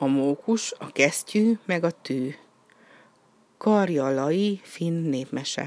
A mókus, a kesztyű meg a tű. Karjalai finn népmese.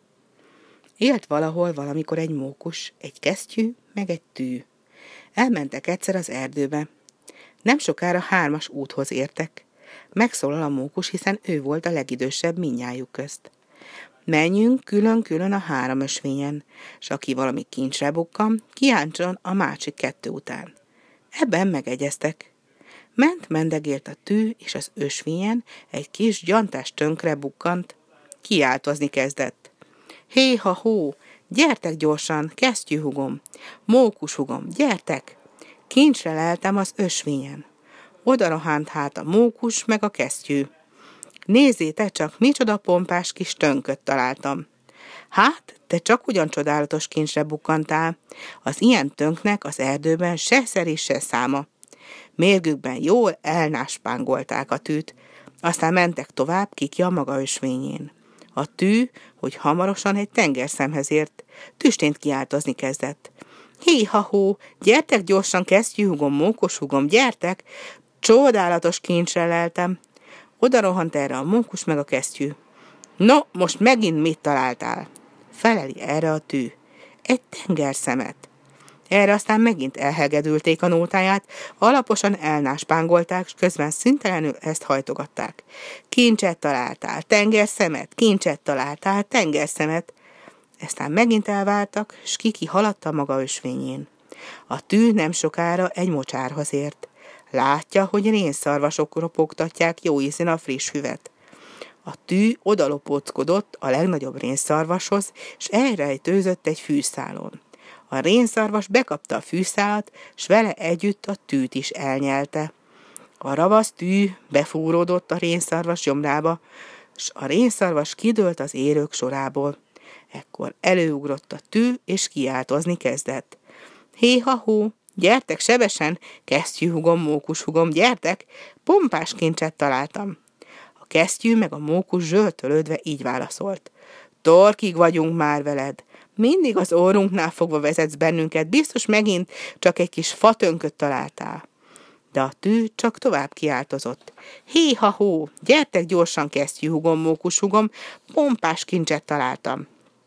Élt valahol valamikor egy mókus, egy kesztyű meg egy tű. Elmentek egyszer az erdőbe. Nem sokára 3-as úthoz értek. Megszólal a mókus, hiszen ő volt a legidősebb mindnyájuk közt. Menjünk külön-külön a 3 ösvényen, s aki valami kincsre bukkan, kiántson a másik 2 után. Ebben megegyeztek. Mendegélt a tű, és az ösvényen egy kis gyantás tönkre bukkant. Kiáltozni kezdett. Hé-ha-hó, gyertek gyorsan, kesztyűhugom, mókushugom, gyertek! Kincsre leltem az ösvényen. Oda rohant hát a mókus meg a kesztyű. Nézzétek csak, micsoda pompás kis tönköt találtam. Hát, te csak ugyan csodálatos kincsre bukkantál. Az ilyen tönknek az erdőben se szerés, se száma. Mérgükben jól elnáspángolták a tűt, aztán mentek tovább kiki a maga ösvényén. A tű, hogy hamarosan egy tengerszemhez ért, tüstént kiáltozni kezdett. Hé-ha-hó, gyertek gyorsan, kesztyűhugom, mókushugom, gyertek! Csodálatos kincsre leltem. Oda rohant erre a mókus meg a kesztyű. No, most megint mit találtál? Feleli erre a tű. Egy tengerszemet. Erre aztán megint elhegedülték a nótáját, alaposan elnáspángolták, s közben szüntelenül ezt hajtogatták. Kincset találtál, tengerszemet, kincset találtál, tengerszemet. Aztán megint elváltak, s kiki haladt a maga ösvényén. A tű nem sokára egy mocsárhoz ért. Látja, hogy rénszarvasok ropogtatják jó ízén a friss füvet. A tű odalopóckodott a legnagyobb rénszarvashoz, s elrejtőzött egy fűszálon. A rénszarvas bekapta a fűszálat, s vele együtt a tűt is elnyelte. A ravasz tű befúródott a rénszarvas gyomrába, s a rénszarvas kidőlt az érők sorából. Ekkor előugrott a tű, és kiáltozni kezdett. Hé-ha-hó, gyertek sebesen, kesztyűhugom, mókushugom, gyertek, pompás kincset találtam. A kesztyű meg a mókus zsörtölődve így válaszolt. Torkig vagyunk már veled. Mindig az orrunknál fogva vezetsz bennünket, biztos megint csak egy kis fatönköt találtál. De a tű csak tovább kiáltozott. Hé-ha-hó, gyertek gyorsan, kesztyűhugom, mókushugom, pompás kincset találtam.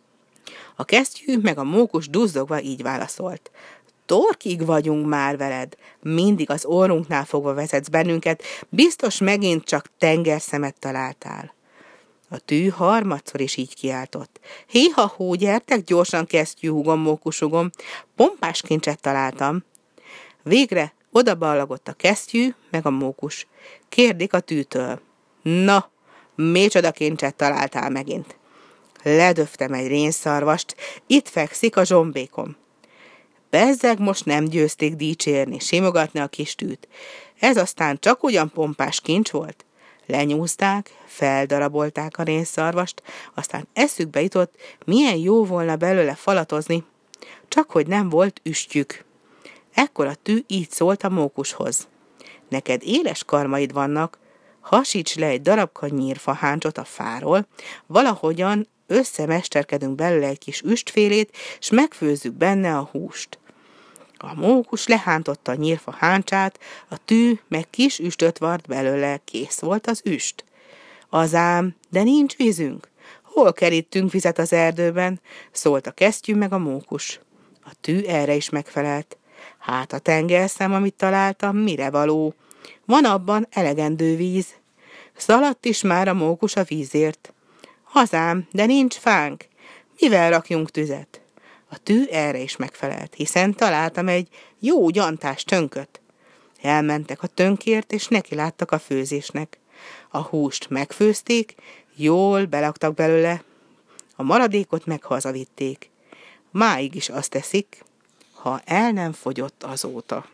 A kesztyű meg a mókus duzzogva így válaszolt. Torkig vagyunk már veled, mindig az orrunknál fogva vezetsz bennünket, biztos megint csak tengerszemet találtál. A tű harmadszor is így kiáltott. Hé-ha-hó, gyertek gyorsan, kesztyűhugom, mókushugom, pompás kincset találtam. Végre odaballagott a kesztyű meg a mókus. Kérdik a tűtől. Na, micsoda kincset találtál megint? Ledöftem egy rénszarvast, itt fekszik a zsombékom. Bezzeg most nem győzték dicsérni, simogatni a kis tűt. Ez aztán csak ugyan pompás kincs volt. Lenyúzták, feldarabolták a rénszarvast, aztán eszükbe jutott, milyen jó volna belőle falatozni, csak hogy nem volt üstjük. Ekkor a tű így szólt a mókushoz. Neked éles karmaid vannak, hasíts le egy darabka nyírfaháncsot a fáról, valahogyan összemesterkedünk belőle egy kis üstfélét, s megfőzzük benne a húst. A mókus lehántotta a nyírfa háncsát, a tű meg kis üstöt vart belőle, kész volt az üst. Azám, de nincs vízünk. Hol kerítünk vizet az erdőben? Szólt a kesztyű meg a mókus. A tű erre is megfelelt. Hát a tengerszem, amit találtam, mire való? Van abban elegendő víz. Szaladt is már a mókus a vízért. Hazám, de nincs fánk. Mivel rakjunk tüzet? A tű erre is megfelelt, hiszen találtam egy jó gyantás tönköt. Elmentek a tönkért, és nekiláttak a főzésnek. A húst megfőzték, jól belaktak belőle, a maradékot meg hazavitték. Máig is azt teszik, ha el nem fogyott azóta.